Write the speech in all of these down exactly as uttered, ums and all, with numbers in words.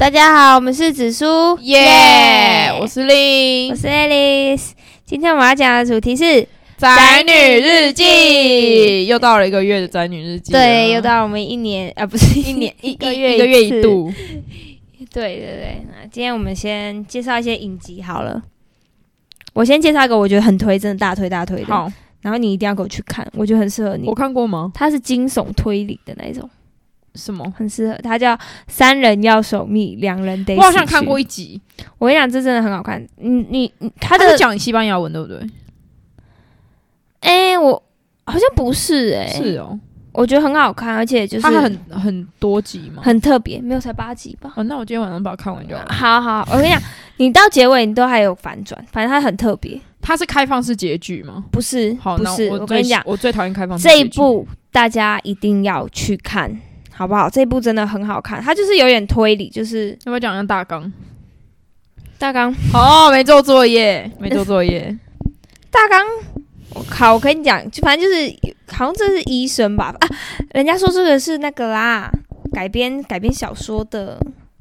大家好，我们是紫苏， 耶、yeah, ！我是林， 我是 Alice。今天我们要讲的主题是宅女日记，又到了一个月的宅女日记。 对，又到了我们一年啊，不是一年一个月一个月一度。 对对对，那今天我们先介绍一些影集好了。我先介绍一个我觉得很推，真的大推大推的。 好， 然后你一定要给我去看，我觉得很适合你。 我看过吗？ 它是惊悚推理的那一种。 什么？ 很适合，它叫三人要守密，两人得死去。 我好像看过一集。 我跟你讲，这真的很好看。你你它的它是讲西班牙文对不对？ 哎、欸，我好像不是哎、欸， 是哦。 我觉得很好看，而且就是它很很多集嘛， 很特别，没有才八集吧？ 哦，那我今天晚上把它看完就好了。 好好，我跟你讲，你到结尾你都还有反转，反正它很特别。 它是开放式结局吗？ 不是， 好， 不是。 我, 我跟你讲， 我最讨厌开放式结局。 这一部大家一定要去看。好不好？这一部真的很好看，它就是有点推理，就是要不要讲一下大纲？ 大纲哦，没做作业，没做作业。 大纲，我靠！我跟你讲，就反正就是好像这是医生吧？啊，人家说这个是那个啦，改编改编小说的。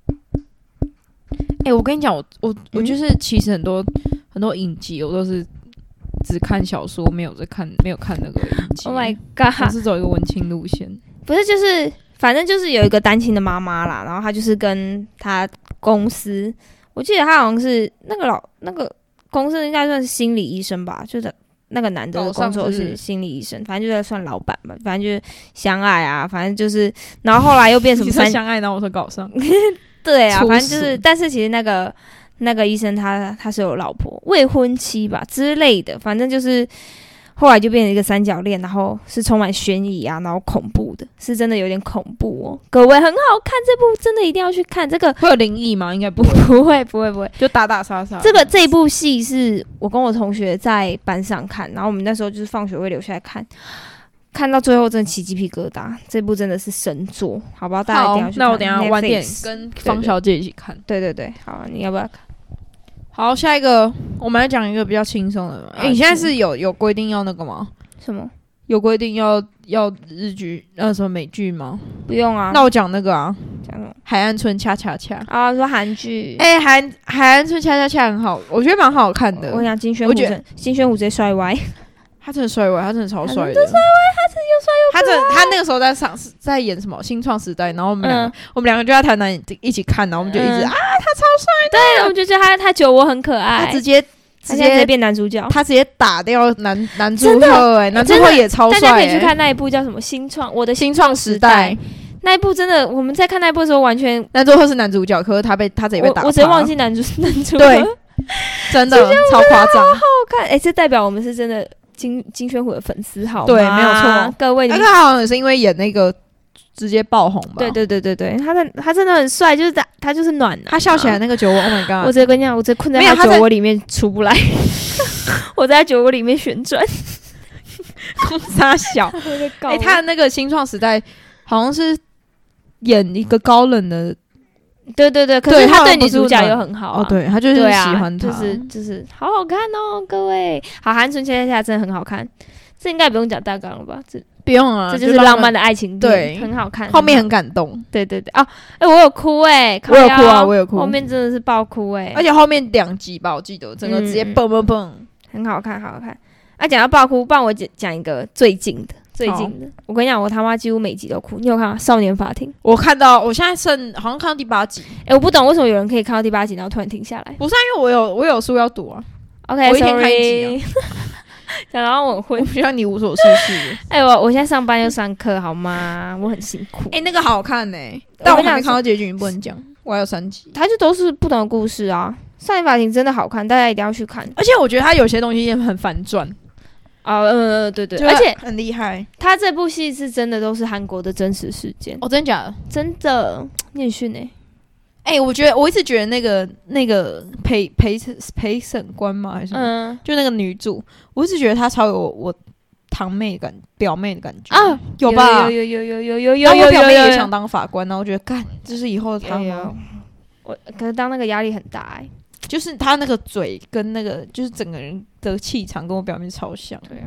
哎、欸，我跟你讲，我我我就是其实很多、嗯、很多影集，我都是只看小说，没有在看，没有看那个影集。 Oh my god！ 我是走一个文青路线， 不是就是。反正就是有一个单亲的妈妈啦，然后她就是跟她公司，我记得她好像是那个老那个公司应该算是心理医生吧，就是那个男的的工作是心理医生，反正就在算老板吧，反正就是相爱啊，反正就是，然后后来又变什么三相爱，然后我说搞上， 对啊，反正就是，但是其实那个那个医生他他是有老婆未婚妻吧之类的，反正就是。后来就变成一个三角恋，然后是充满悬疑啊，然后恐怖的，是真的有点恐怖哦。各位很好看，这部真的一定要去看。这个会有灵异吗？应该不会， 不会，不会，不会， 就打打杀杀。 这个这一部戏是我跟我同学在班上看，然后我们那时候就是放学会留下来看，看到最后真的起鸡皮疙瘩。这部真的是神作，好不好？大家一定要去看。 那我等一下晚点跟方小姐一起看。 对对 对, 对，好，你要不要看？ 好，下一个我们来讲一个比较轻松的。哎、欸，你现在是有有规定要那个吗？ 什么？ 有规定要要日剧呃什么美剧吗？ 不用啊。 那我讲那个啊， 讲什么？ 海岸村恰恰恰啊，说韩剧。 哎、欸，海海岸村恰恰恰很好，我觉得蛮好看的。 我想金宣虎，金宣虎直接摔歪。 他真的帅歪，他真的超帅的。 他真的帅歪，他真的又帅又他真他那个时候在上在演什么新创时代，然后我们两个、嗯、我们两个就在台南一起看，然后我们就一直、嗯、啊，他超帅的。 对，我们就觉得他他酒窝很可爱， 他直接直接直接变男主角， 他直接打掉男男主角，哎，男主角也超帅、欸。 大家可以去看那一部叫什么新创，我的新创时代。 那一部真的，我们在看那一部的时候，完全男主角是男主角，可是他被他直接被打， 我我直接忘记男主男主角， 对，真的超夸张， 好好看。哎、欸，这代表我们是真的。金金宣虎的粉丝好吗？ 对，没有错。 各位， 他好像也是因为演那个直接爆红吧？ 对对对对对，他的他真的很帅，就是他他就是暖、啊， 他笑起来那个酒窝 ，Oh my god！ 我直接跟你讲，我直接困在他酒窝里面出不来，我在酒窝里面旋转， 空傻小。哎、欸，他的那个新创时代好像是演一个高冷的。 对对对，可是他对女主角又很好、啊、 哦，对他就是喜欢他， 啊、就是就是好好看哦，各位。好，韩春恰恰恰真的很好看，这应该不用讲大纲了吧？这不用啊， 这就是浪漫的爱情对， 很好看， 后面很感动。 对对对，哦，哎、欸，我有哭哎、欸， 我有哭啊，我有哭， 后面真的是爆哭哎、欸， 而且后面两集吧，我记得整个直接蹦蹦蹦， 很好看，好好看。啊，讲到爆哭，不然我讲一个最近的。最近的，我跟你讲，我他妈几乎每集都哭。你有看吗？少年法庭， 我看到，我现在剩好像看到第八集。 哎、欸，我不懂为什么有人可以看到第八集，然后突然停下来。 不是、啊、因为我有我有书要读啊。 OK， 我一天看一集、啊。 讲到我会， 我不像你无所事事。 哎、欸，我我现在上班又上课，好吗？我很辛苦。 哎、欸，那个好看呢、欸，但我还没看到结局，你不能讲。我还有三集， 它就都是不同的故事啊。少年法庭真的好看，大家一定要去看。 而且我觉得它有些东西也很反转。 哦，嗯嗯，对对，而且很厉害。 他这部戏是真的都是韩国的真实事件。 哦，真的假的？ 真的，念训哎， 哎，我觉得我一直觉得那个那个陪陪陪审官嘛，还是什么，嗯，就那个女主，我一直觉得她超有我堂妹感、表妹的感觉啊，有吧？ 有有有有有有有有。然后我表妹也想当法官，然后我觉得干，就是以后她吗？ 我可是当那个压力很大哎。 就是他那个嘴跟那个，就是整个人的气场跟我表妹超像。 对啊，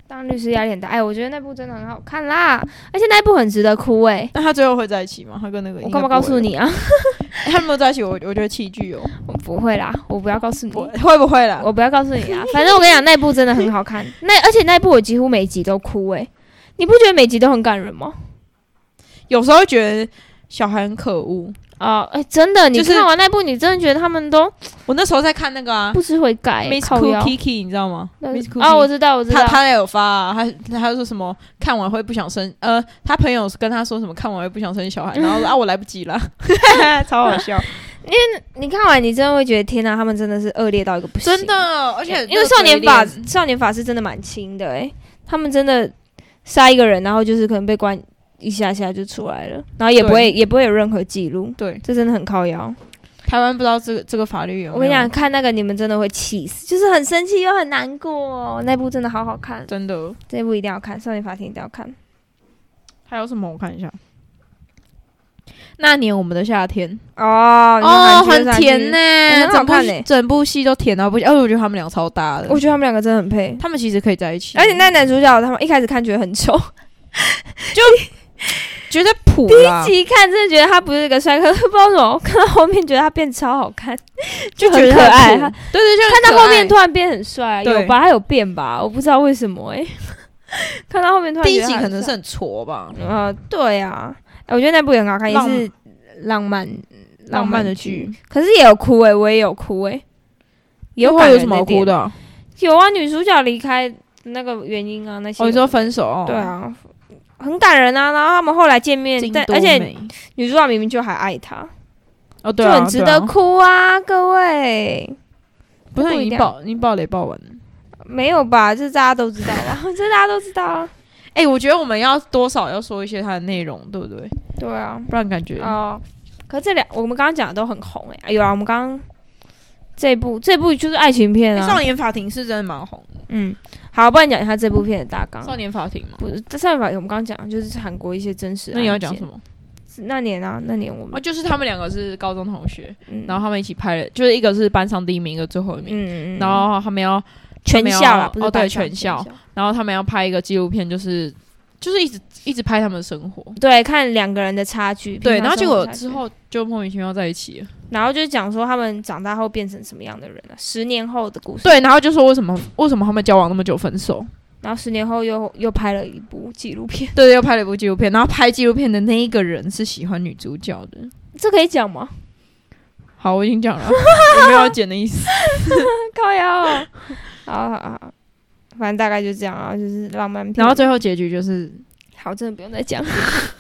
当律师压力很大。哎，我觉得那部真的很好看啦，而且那部很值得哭哎、欸。 那他最后会在一起吗？他跟那个我干嘛告诉你啊？ 欸、他们没有在一起，我我觉得弃剧哦。 我不会啦，我不要告诉你。 会不会啦？ 我不要告诉你啊。反正我跟你讲，那部真的很好看。那而且那部我几乎每集都哭哎、欸。你不觉得每集都很感人吗？ 有时候会觉得小孩很可恶。 哦，哎、欸，真的，你看完那部，你真的觉得他们都…… 我那时候在看那个啊， 不知悔改、欸。 Miss Cookie， 你知道吗？ 啊、哦，我知道，我知道。 他他也有发啊，他他说什么看完会不想生，呃，他朋友跟他说什么看完会不想生小孩，然后啊我来不及了，超好笑。 因为你看完，你真的会觉得天哪，他们真的是恶劣到一个不行， 真的，而且因为少年法少年法是真的蛮轻的哎、欸，他们真的杀一个人，然后就是可能被关。一下下就出来了，然后也不会也不会有任何记录， 对， 这真的很靠腰。 台湾不知道这个这个法律有没有？ 我跟你讲，看那个你们真的会气死，就是很生气又很难过、哦。那部真的好好看， 真的， 这部一定要看，《少年法庭》一定要看。 还有什么？我看一下。那年我们的夏天哦哦，很甜呢、 欸，很好看呢、欸， 整部戏都甜到不行。而且我觉得他们俩超搭的， 我觉得他们两个真的很配， 他们其实可以在一起。 而且那男主角他们一开始看觉得很丑， 就觉得普啦。 第一集看真的觉得他不是一个帅哥，不知道为什么看到后面觉得他变超好看，就很可爱。他对对，就看到后面突然变很帅，有吧？他有变吧？我不知道为什么哎、欸。看到后面突然第一集可能是很挫吧。 呃，对啊，我觉得那部也很好看，也是浪漫浪漫的剧， 可是也有哭哎、欸，我也有哭哎、欸。 有会有什么好哭的、啊？ 有啊，女主角离开那个原因啊，那些。 哦，你说分手？哦、 对啊。很感人啊，然后他们后来见面，但而且女主角明明就还爱他， 哦，对啊， 就很值得哭啊，啊各位。 不是你爆你爆雷爆完了？ 没有吧？这大家都知道吧？这大家都知道啊。 哎、欸，我觉得我们要多少要说一些它的内容，对不对？ 对啊， 不然感觉哦。可是这两我们刚刚讲的都很红哎、欸，有啊，我们刚刚这部这部就是爱情片啊， 欸《少年法庭》是真的蛮红的。 嗯，好，不然讲一下这部片的大纲。 少年法庭嘛， 不是这少年法庭，我们刚刚讲就是韩国一些真实案件。 那你要讲什么？ 那年啊，那年我们、 哦、就是他们两个是高中同学、嗯，然后他们一起拍了，就是一个是班上第一名，一个最后一名， 嗯嗯， 然后他们要全校啦，不是哦对全校，然后他们要拍一个纪录片，就是就是一直一直拍他们的生活， 对，看两个人的差距， 对，然后结果之后就莫名其妙在一起了。 然后就讲说他们长大后变成什么样的人啊？十年后的故事。 对，然后就说为什么为什么他们交往那么久分手？ 然后十年后又又拍了一部纪录片。 对，又拍了一部纪录片。然后拍纪录片的那一个人是喜欢女主角的。 这可以讲吗？ 好，我已经讲了，我没有要剪的意思。 靠腰、哦。好好好，反正大概就这样啊，就是浪漫片。 然后最后结局就是， 好，真的不用再讲。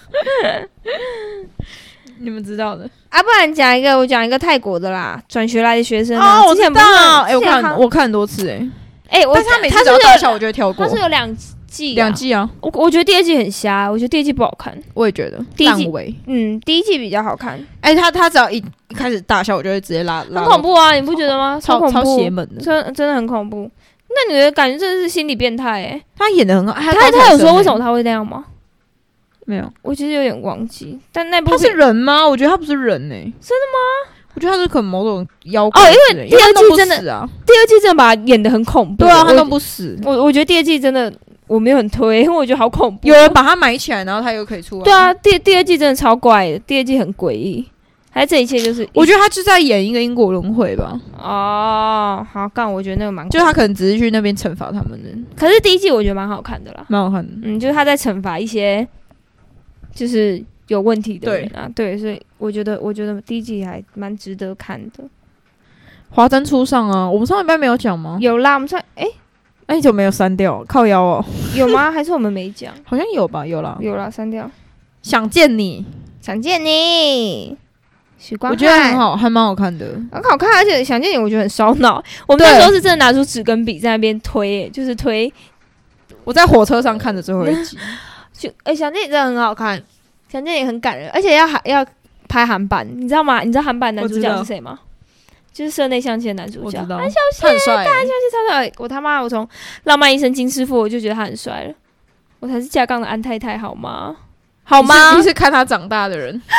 你们知道的啊，不然讲一个，我讲一个泰国的啦，转学来的学生、啊。 哦，我知道，哎、欸，我看我看很多次、欸，哎， 哎，我但是他每次只要大笑，我就会跳过。 他是有两季、啊， 两季啊。 我我觉得第二季很瞎，我觉得第二季不好看。 我也觉得， 第一季，嗯，第一季比较好看。 哎、欸，他他只要一一开始大笑，我就会直接拉拉。 很恐怖啊，你不觉得吗？ 超恐怖， 超邪门的， 真真的很恐怖。那你的感觉真的是心理变态哎、欸。 他演的很好，他他他有说为什么他会那样吗？ 没有， 我其实有点忘记。但那部他是人吗？我觉得他不是人呢、欸。真的吗？我觉得他是可能某种妖怪。 哦，因为第二季真的啊， 第二季真的把他演得很恐怖。 对啊，他弄不死。 我我觉得第二季真的我没有很推，因为我觉得好恐怖。 有人把他埋起来，然后他又可以出来。 对啊，第第二季真的超怪的，第二季很诡异。还是这一切就是， 我觉得他就在演一个因果轮回吧。 哦，好干，我觉得那个蛮， 就他可能只是去那边惩罚他们的。 可是第一季我觉得蛮好看的啦， 蛮好看的。 嗯，就是他在惩罚一些就是有问题的人啊，对，对，所以我觉得我觉得第一季还蛮值得看的。 华灯初上啊，我们上礼拜没有讲吗？ 有啦，我们上哎哎，你怎么没有删掉？靠腰哦， 有吗？还是我们没讲？ 好像有吧，有啦， 有啦，删掉。 想见你， 想见你。许光汉， 我觉得很好，还蛮好看的， 很好看，而且想见你，我觉得很烧脑。我们那时候是真的拿出纸跟笔在那边推、欸，就是推。 我在火车上看的最后一集， 就哎、欸，想见你真的很好看，想见你很感人，而且要要拍韩版，你知道吗？你知道韩版男主角是谁吗？就是社内相亲的男主角， 安孝燮， 很帅、欸， 安孝燮超帅。我他妈，我从浪漫医生金师傅我就觉得他很帅了，我才是架杠的安太太，好吗？好吗？ 你 是, 你是看他长大的人。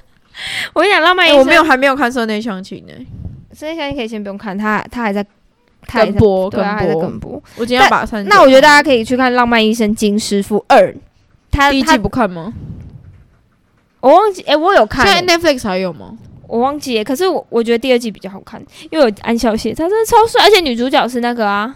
我跟你讲，浪漫医生、 欸、我没有还没有看社内相亲呢、欸。 社内相亲可以先不用看，他他还在跟播， 对啊，还在跟播。 跟播。 我今天要把三， 那我觉得大家可以去看《浪漫医生金师傅二》，他第一季不看吗？ 我忘记，哎、欸，我有看、欸， 现在 Netflix 还有吗？ 我忘记了，可是我我觉得第二季比较好看，因为有安孝燮，他真的超帅，而且女主角是那个啊，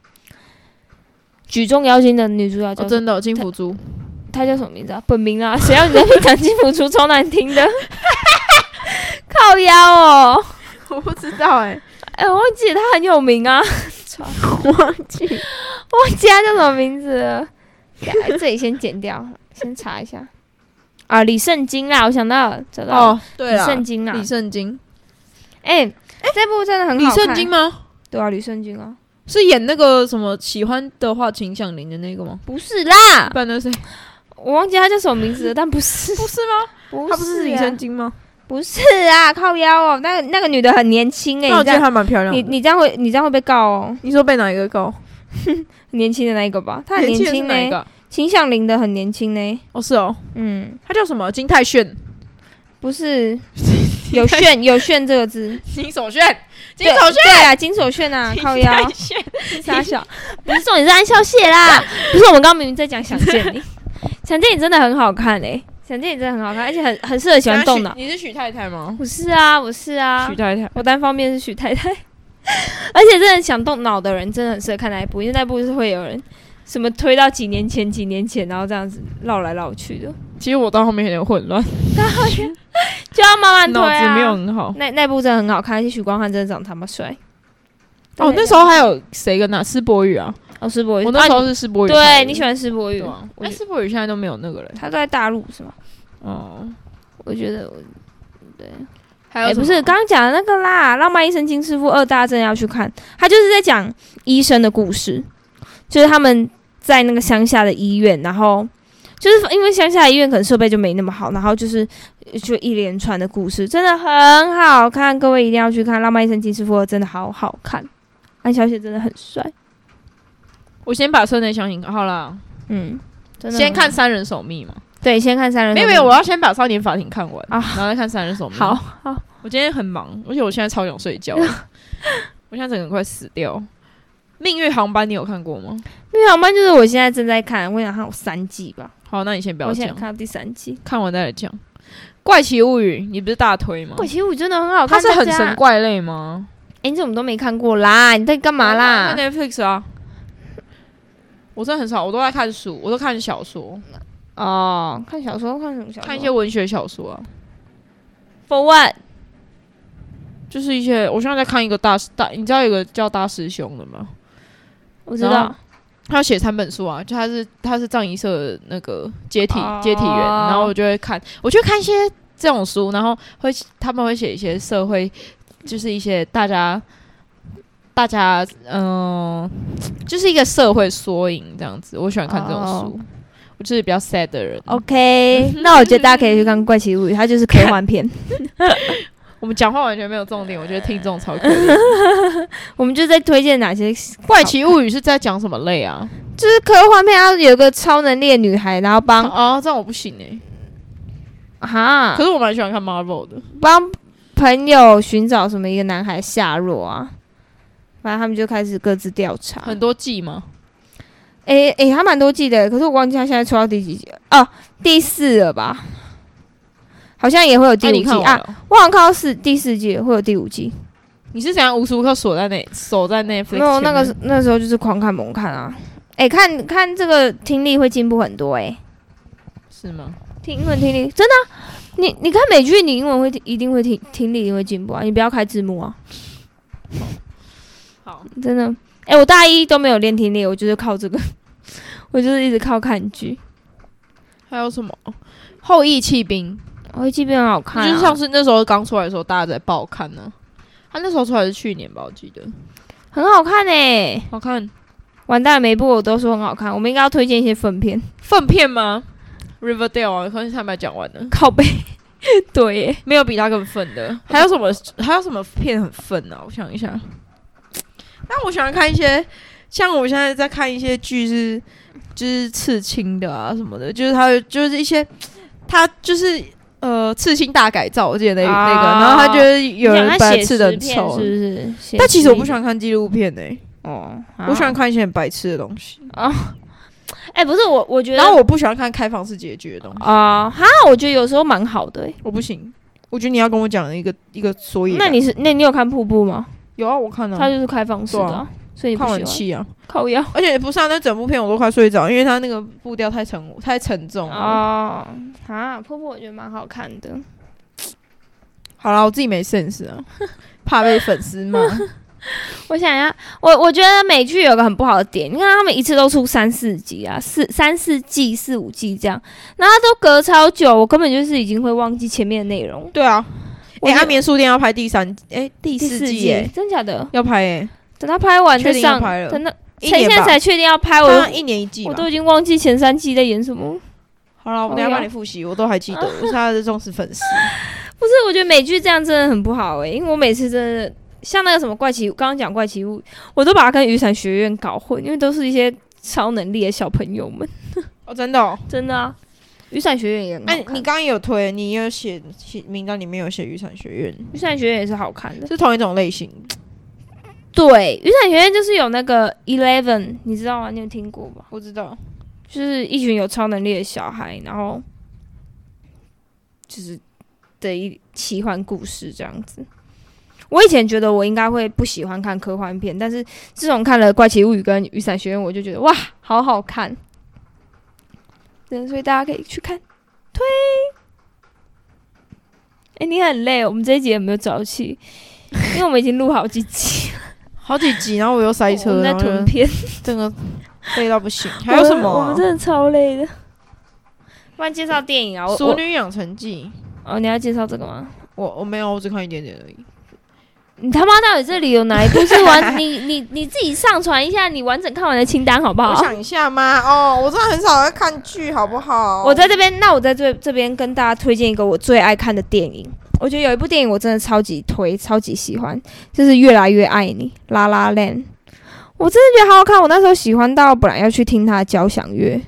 举重妖精的女主角叫、 哦、真的金福珠， 她叫什么名字啊？本名啊？谁要你在那边讲金福珠，超难听的，靠腰哦， 我不知道哎、欸， 哎、欸，我忘记她很有名啊， 我忘记， 忘记她叫什么名字了，这里先剪掉，先查一下。啊，李圣经啦，我想到了，找到了哦，对了， 李圣经啦， 李圣经， 哎、欸欸，这部真的很好看。 李圣经吗？ 对啊，李圣经啊， 是演那个什么喜欢的话秦响铃的那个吗？ 不是啦， 不然那谁？ 我忘记他叫什么名字了，但不是， 不是吗？ 不是、啊， 他不是李圣经吗？ 不是啊，靠腰哦，那个那个女的很年轻哎、欸， 那我觉得她蛮漂亮的。 你你这样会你这样会被告哦。 你说被哪一个告？ 年轻的那一个吧，她很年轻呢、欸。秦响铃的很年轻呢、欸。 哦，是哦， 嗯， 他叫什么？金泰炫？ 不是，有炫有炫这个字。 金手炫，金手炫， 对啊，金手炫啊，靠腰。傻小，不是重点是安孝燮啦，不是我们刚刚明明在讲想见你，想见你真的很好看哎、欸，想见你真的很好看，而且很很适合喜欢动脑。 你是许太太吗？ 我是啊，我是啊， 许太太， 我单方面是许太太，而且真的想动脑的人真的很适合看那一部，因为那一部是会有人。什么推到几年前、几年前，然后这样子绕来绕去的。 其实我到后面有点混乱， 就要慢慢推啊。 脑子没有很好。 那那部真的很好看，而且许光汉真的长得他妈帅。 哦，那时候还有谁跟哪？施柏宇啊。 哦，施柏宇。 我那时候是施柏宇。 对，你喜欢施柏宇？ 哎，施柏宇现在都没有那个了。 他都在大陆是吗？ 哦， 我觉得，对。 还有不是刚刚讲的那个啦，《浪漫医生金师傅二》，大家真的要去看。他就是在讲医生的故事，就是他们。在那个乡下的医院，然后就是因为乡下的医院可能设备就没那么好，然后就是就一连串的故事，真的很好看，各位一定要去看《浪漫医生金师傅二》，真的好好看，安小燮真的很帅。 我先把车内相信好啦， 嗯，真的先看《三人守密》嘛。 对，先看《三人守密》。 没有没有，我要先把《少年法庭》看完啊， 然后再看《三人守密》。 好好， 我今天很忙，而且我现在超想睡觉，我现在整个快死掉。命运航班你有看过吗？ 命运航班就是我现在正在看，我想看有三季吧。 好，那你先不要讲， 我现在看到第三季， 看完再来讲。怪奇物语你不是大推吗？ 怪奇物语真的很好看， 它是很神怪类吗？ 哎、欸，你怎么都没看过啦？你在干嘛啦？ 看 Netflix 啊。我真的很少，我都在看书，我都看小说。 哦，看小说，看什么小说？ 看一些文学小说啊。 For what？ 就是一些，我现在在看一个大大，你知道有个叫大师兄的吗？ 我知道， 他要写三本书啊，就他是他是藏医社的那个接体接体员，然后我就会看，我就看一些这种书，然后会他们会写一些社会，就是一些大家大家嗯、呃，就是一个社会缩影这样子，我喜欢看这种书。Oh. 我就是比较 sad 的人。 OK， 那我觉得大家可以去看《怪奇物语》，它就是科幻片。 我们讲话完全没有重点，我觉得听众超可怜。 我们就在推荐哪些《 怪奇物语》是在讲什么类啊？ 就是科幻片，它有个超能力的女孩，然后帮哦，这样我不行哎、 欸。哈， 可是我蛮喜欢看 Marvel 的， 帮朋友寻找什么一个男孩下落啊，反正他们就开始各自调查。 很多季吗？ 诶、欸、诶，他、欸、蛮多季的，可是我忘记他现在出到第几集了哦，第四了吧？好像也会有第五季 啊, 啊！我好像看到四第四季会有第五季。 你是想要无时无刻锁在那守在 Netflix？ 没有，那个那时候就是狂看猛看啊！哎、欸，看看这个听力会进步很多哎、欸。 是吗？ 听英文听力真的、啊，你你看美剧，你英文会一定会听听力一定会进步啊！你不要开字幕啊。 好， 真的。哎、欸，我大一都没有练听力，我就是靠这个，我就是一直靠看剧。 还有什么？后羿弃兵。 后羿弃兵很好看、啊， 就是像是那时候刚出来的时候，大家在爆看呢、啊。他那时候出来是去年吧，我记得。 很好看诶、欸， 好看。 完蛋了，每一部我都说很好看，我们应该要推荐一些粪片。 粪片吗 ？Riverdale 啊，可能他们讲完了。 靠背。对耶， 没有比他更粪的。还有什么？还有什么片很粪啊？我想一下。但我喜欢看一些，像我现在在看一些剧是，就是刺青的啊什么的，就是他就是一些，他就是呃刺青大改造，我记得那、啊、那个，然后他觉得有人把他刺得很丑， 是不是？ 但其实我不喜欢看纪录片诶、欸， 哦， 我喜欢看一些很白痴的东西啊。哎、欸，不是我，我觉得， 然后我不喜欢看开放式结局的东西啊。哈，我觉得有时候蛮好的、欸， 我不行。我觉得你要跟我讲一个一个所以然。 那你是那你有看瀑布吗？ 有啊，我看了、啊。 它就是开放式的、啊， 啊、 所以你不喜欢看完气啊， 靠腰。 而且不是啊，那整部片我都快睡着，因为它那个步调太沉太沉重了。 哦，啊，瀑布我觉得蛮好看的。 好啦，我自己没 sense 啊，怕被粉丝骂。 我想一下，我我觉得美剧有个很不好的点，你看他们一次都出三四集啊，四三四季、四五季这样，然后都隔超久，我根本就是已经会忘记前面的内容。 对啊，哎、欸，安眠书店要拍第三，哎、欸，第四季，哎， 真假的？ 要拍哎、欸， 等他拍完就上，等他现在才确定要拍，我一年一季， 我都已经忘记前三季在演什么。 好了，我等一下帮你复习，我都还记得，我是他的忠实粉丝。 不是，我觉得美剧这样真的很不好哎、欸，因为我每次真的。像那个什么怪奇，刚刚讲怪奇物，我都把它跟雨伞学院搞混，因为都是一些超能力的小朋友们。 哦，真的、哦， 真的啊！雨伞学院也很好看。 哎、啊，你刚刚有推，你有写名单里面有写雨伞学院， 雨伞学院也是好看的， 是同一种类型。 对，雨伞学院就是有那个 Eleven， 你知道吗？你有听过吧？ 我知道， 就是一群有超能力的小孩，然后就是的一奇幻故事这样子。我以前觉得我应该会不喜欢看科幻片，但是自从看了《怪奇物语》跟《雨伞学院》，我就觉得哇，好好看。对，所以大家可以去看。推。哎、欸，你很累，我们这一集有没有早起？因为我们已经录好几集了， 好几集，然后我又塞车， 我们在囤片， 整个累到不行。还有什么、啊我？我们真的超累的。不然介绍电影啊， 《熟女养成记》 哦，你要介绍这个吗？ 我我没有，我只看一点点而已。 你他妈到底这里有哪一部是完？你你你自己上传一下你完整看完的清单好不好？ 我想一下吗？哦，我真的很少在看剧，好不好？ 我在这边，那我在这这边跟大家推荐一个我最爱看的电影。我觉得有一部电影我真的超级推，超级喜欢，就是《越来越爱你》La La Land。我真的觉得好好看，我那时候喜欢到本来要去听他的交响乐，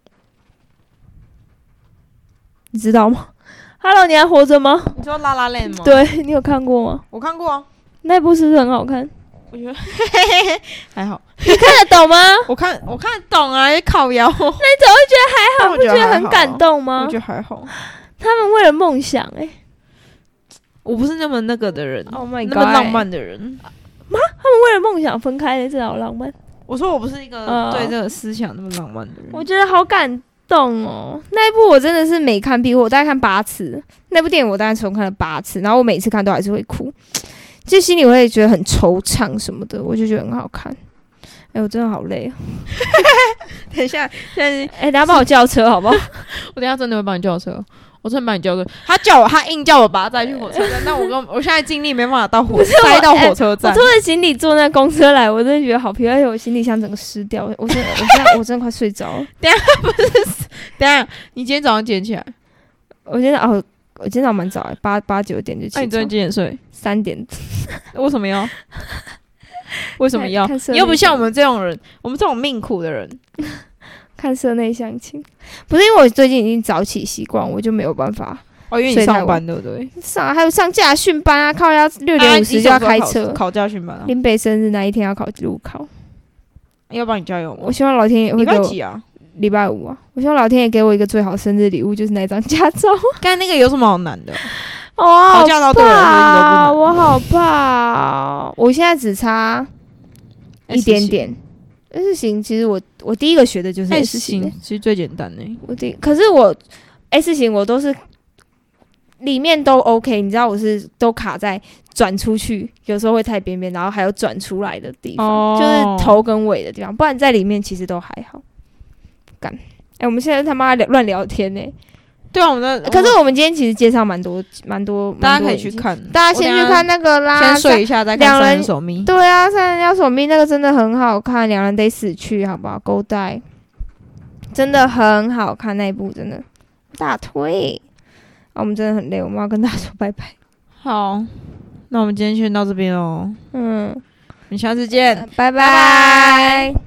你知道吗 ？Hello， 你还活着吗？ 你说 La La Land 吗？ 对，你有看过吗？ 我看过啊。 那部是不是很好看？ 我觉得还好。 你看得懂吗？ 我看我看得懂啊，靠腰。那你怎么会觉得还好？ 我不觉得很感动吗？ 我觉得还好。 他们为了梦想、欸，哎， 我不是那么那个的人 ，Oh my god， 那么浪漫的人吗？他们为了梦想分开的，真的好浪漫。 我说我不是一个对这个思想那么浪漫的人。 我觉得好感动哦！那一部我真的是每看必哭，我大概看八次。那部电影我大概重看了八次，然后我每次看都还是会哭。就心里会觉得很惆怅什么的，我就觉得很好看。哎、欸，我真的好累、喔、 等一下，现在哎、欸，等一下帮我叫车好不好？ 我等一下真的会帮你叫车，我真的帮你叫车。他叫我，他硬叫我把他载去火车站，但我跟我现在精力没办法到火塞到火车站。 欸、我拖着行李坐那公车来，我真的觉得好疲惫，而且我行李箱整个湿掉。我真的，我现在我真的快睡着了。 等一下不是，等一下你今天早上几点起来？ 我今天哦。我今天早上蛮早的，八八九点就起床。那、 啊、你昨天几点睡？ 三点。 为什么要？为什么要？你又不像我们这种人，我们这种命苦的人。 看社内相亲，不是因为我最近已经早起习惯，我就没有办法。 哦，因为你上班对不对？ 上还有上驾训班啊，靠要六点五十就要开车、 啊、考, 考驾训班啊。 林北生日那一天要考路考， 要帮你加油吗？ 我希望老天爷会给我。 礼拜几啊？ 礼拜五啊！我希望老天爷给我一个最好生日礼物，就是那张驾照。 刚才那个有什么好难的？ 哦，好考驾照对我来说一点都不难。 我好怕、哦！我现在只差一点点。S 型其实我我第一个学的就是 S 型、欸， 其实最简单的、欸。 我第可是我 S 型我都是里面都 OK， 你知道我是都卡在转出去，有时候会太边边，然后还有转出来的地方，哦、就是头跟尾的地方，不然在里面其实都还好。干，哎、欸，我们现在他妈乱聊天呢、欸。 对啊，我们的。 可是我们今天其实介绍蛮多蛮多， 大家可以去看。 大家先去看那个啦， 先睡一下再看《三人守密》。 对啊，《三人要守密》那个真的很好看，两人得死去，好不好？勾带，真的很好看，那一部真的大推。啊，我们真的很累，我们要跟大家说拜拜。 好，那我们今天先到这边哦。嗯，我们下次见， 拜拜。拜拜。